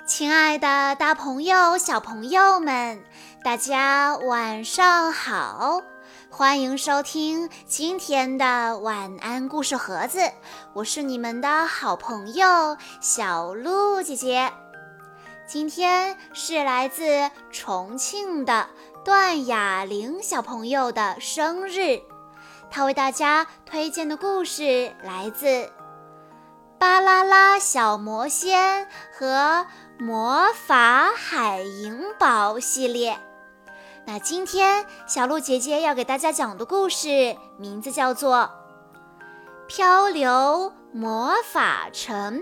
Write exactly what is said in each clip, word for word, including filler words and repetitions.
亲爱的大朋友、小朋友们，大家晚上好！欢迎收听今天的晚安故事盒子，我是你们的好朋友小鹿姐姐。今天是来自重庆的段雅玲小朋友的生日，她为大家推荐的故事来自巴啦啦小魔仙和魔法海萤宝系列。那今天小鹿姐姐要给大家讲的故事名字叫做漂流魔法城。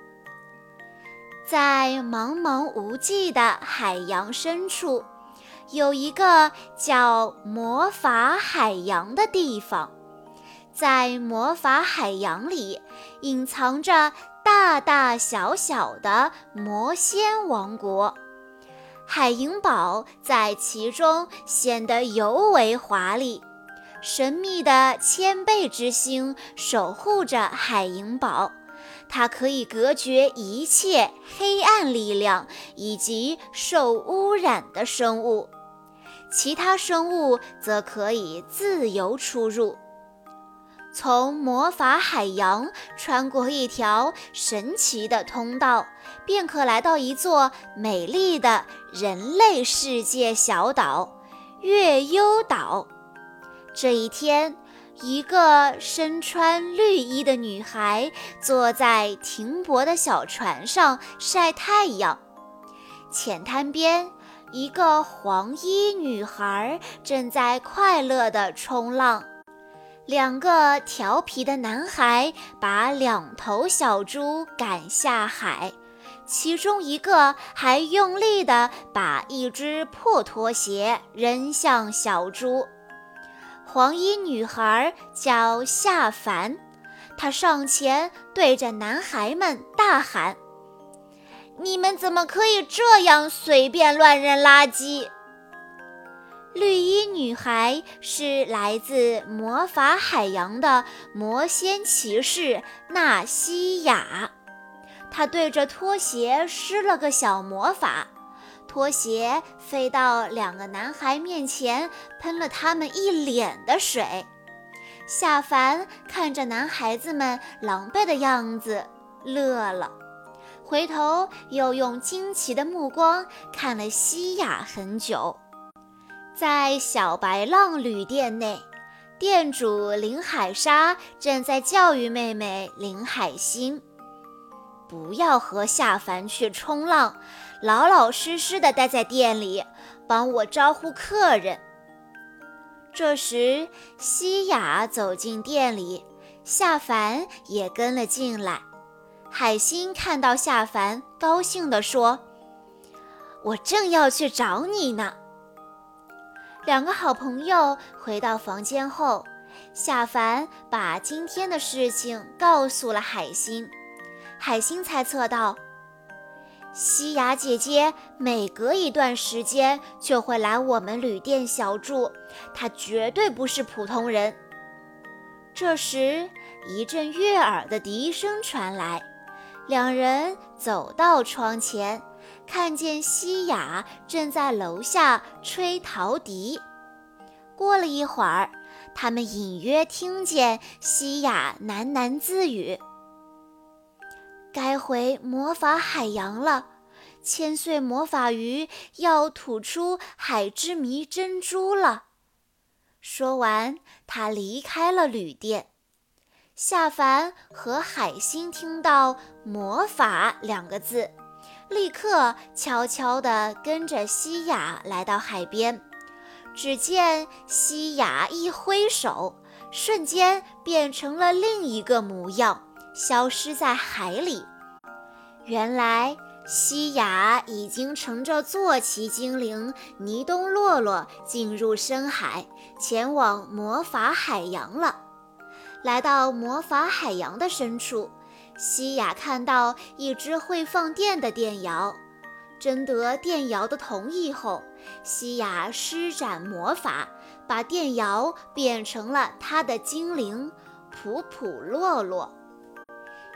在茫茫无际的海洋深处，有一个叫魔法海洋的地方。在魔法海洋里，隐藏着大大小小的魔仙王国，海萤宝在其中显得尤为华丽。神秘的千倍之星守护着海萤宝，它可以隔绝一切黑暗力量以及受污染的生物，其他生物则可以自由出入。从魔法海洋穿过一条神奇的通道，便可来到一座美丽的人类世界小岛——月幽岛。这一天，一个身穿绿衣的女孩坐在停泊的小船上晒太阳。浅滩边，一个黄衣女孩正在快乐地冲浪。两个调皮的男孩把两头小猪赶下海，其中一个还用力地把一只破拖鞋扔向小猪。黄衣女孩叫夏凡，她上前对着男孩们大喊：“你们怎么可以这样随便乱扔垃圾？”绿衣女孩是来自魔法海洋的魔仙骑士纳西亚，她对着拖鞋施了个小魔法，拖鞋飞到两个男孩面前，喷了他们一脸的水。夏凡看着男孩子们狼狈的样子，乐了，回头又用惊奇的目光看了西亚很久。在小白浪旅店内，店主林海沙正在教育妹妹林海星，不要和夏凡去冲浪，老老实实地待在店里，帮我招呼客人。这时，西雅走进店里，夏凡也跟了进来。海星看到夏凡，高兴地说：“我正要去找你呢。”两个好朋友回到房间后，夏凡把今天的事情告诉了海星。海星猜测到，西雅姐姐每隔一段时间就会来我们旅店小住，她绝对不是普通人。这时，一阵悦耳的笛声传来，两人走到窗前，看见西雅正在楼下吹陶笛。过了一会儿，他们隐约听见西雅喃喃自语：“该回魔法海洋了，千岁魔法鱼要吐出海之谜珍珠了。”说完，他离开了旅店。夏凡和海星听到魔法两个字，立刻悄悄地跟着西雅来到海边。只见西雅一挥手，瞬间变成了另一个模样，消失在海里。原来西雅已经乘着坐骑精灵尼东洛洛进入深海，前往魔法海洋了。来到魔法海洋的深处，西雅看到一只会放电的电摇。征得电摇的同意后，西雅施展魔法，把电摇变成了他的精灵普普洛洛。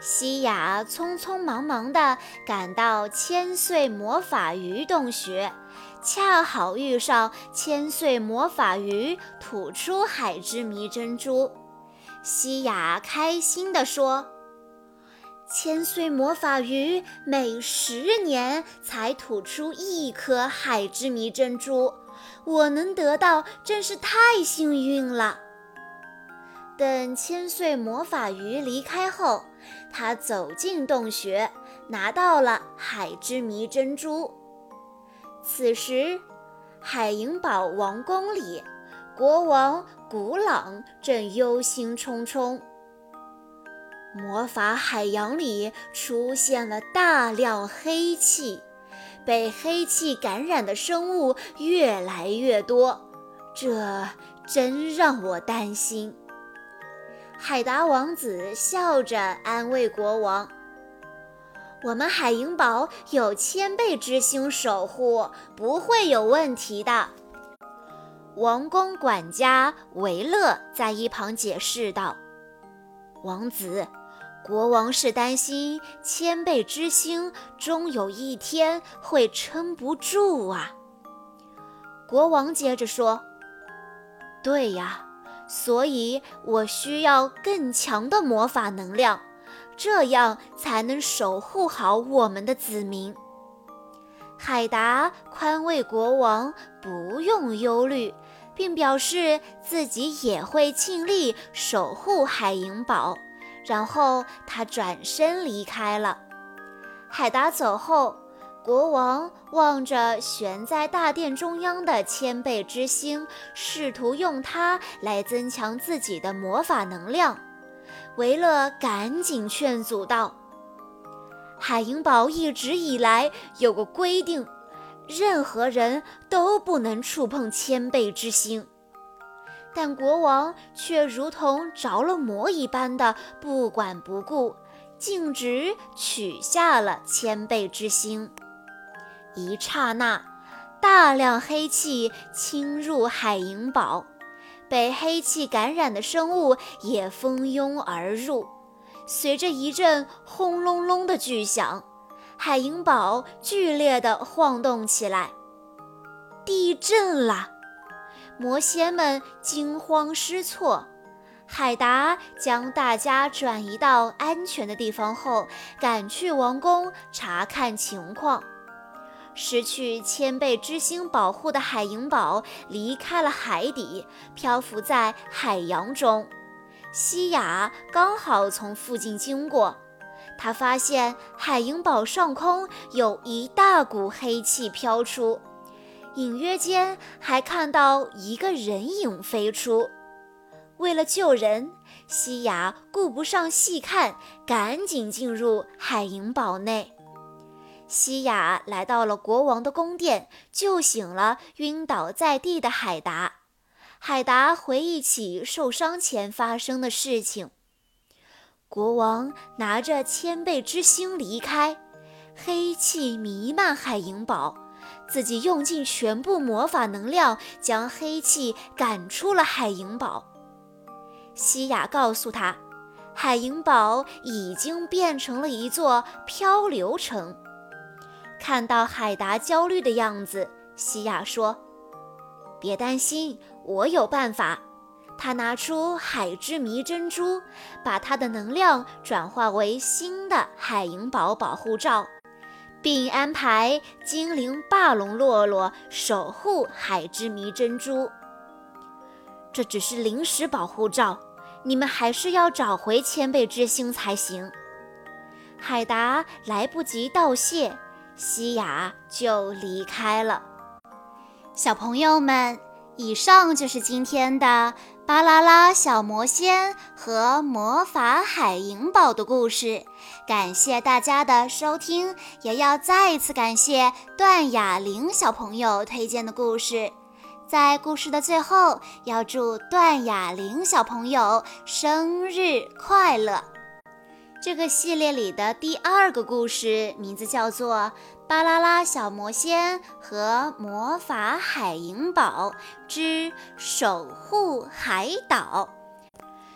西雅匆匆忙忙地赶到千岁魔法鱼洞穴，恰好遇上千岁魔法鱼吐出海之谜珍珠。西雅开心地说：千岁魔法鱼每十年才吐出一颗海之谜珍珠，我能得到真是太幸运了。等千岁魔法鱼离开后，他走进洞穴，拿到了海之谜珍珠。此时，海银堡王宫里，国王古朗正忧心忡忡。魔法海洋里出现了大量黑气，被黑气感染的生物越来越多，这真让我担心。海达王子笑着安慰国王：我们海银堡有千倍之星守护，不会有问题的。王宫管家维勒在一旁解释道：王子，国王是担心千倍之星终有一天会撑不住啊。国王接着说：对呀，所以我需要更强的魔法能量，这样才能守护好我们的子民。海达宽慰国王不用忧虑，并表示自己也会尽力守护海银堡，然后他转身离开了。海达走后，国王望着悬在大殿中央的千倍之星，试图用它来增强自己的魔法能量。维勒赶紧劝阻道：海银堡一直以来有个规定，任何人都不能触碰千倍之星。但国王却如同着了魔一般的不管不顾，径直取下了千倍之星。一刹那，大量黑气侵入海银堡，被黑气感染的生物也蜂拥而入。随着一阵轰隆隆的巨响，海银堡剧烈地晃动起来。地震了！魔仙们惊慌失措。海达将大家转移到安全的地方后，赶去王宫查看情况。失去千倍之星保护的海银堡离开了海底，漂浮在海洋中。西雅刚好从附近经过，他发现海银堡上空有一大股黑气飘出，隐约间还看到一个人影飞出。为了救人，西雅顾不上细看，赶紧进入海银堡内。西雅来到了国王的宫殿，救醒了晕倒在地的海达。海达回忆起受伤前发生的事情。国王拿着千倍之星离开，黑气弥漫海银堡，自己用尽全部魔法能量将黑气赶出了海银堡。西雅告诉他，海银堡已经变成了一座漂流城。看到海达焦虑的样子，西雅说：别担心，我有办法。他拿出海之谜珍珠，把它的能量转化为新的海银堡保护罩，并安排精灵霸龙洛洛守护海之谜珍珠。这只是临时保护罩，你们还是要找回千倍之星才行。海达来不及道谢，西雅就离开了。小朋友们，以上就是今天的巴啦啦小魔仙和魔法海银堡的故事，感谢大家的收听，也要再一次感谢段雅玲小朋友推荐的故事。在故事的最后，要祝段雅玲小朋友生日快乐。这个系列里的第二个故事名字叫做《巴啦啦小魔仙和魔法海银堡之守护海岛》，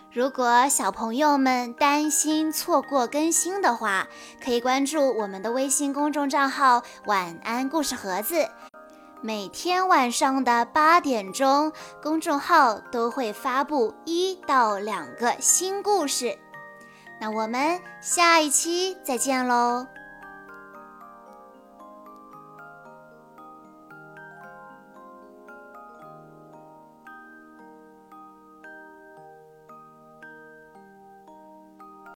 如果小朋友们担心错过更新的话，可以关注我们的微信公众账号晚安故事盒子，每天晚上的八点钟，公众号都会发布一到两个新故事。那我们下一期再见喽。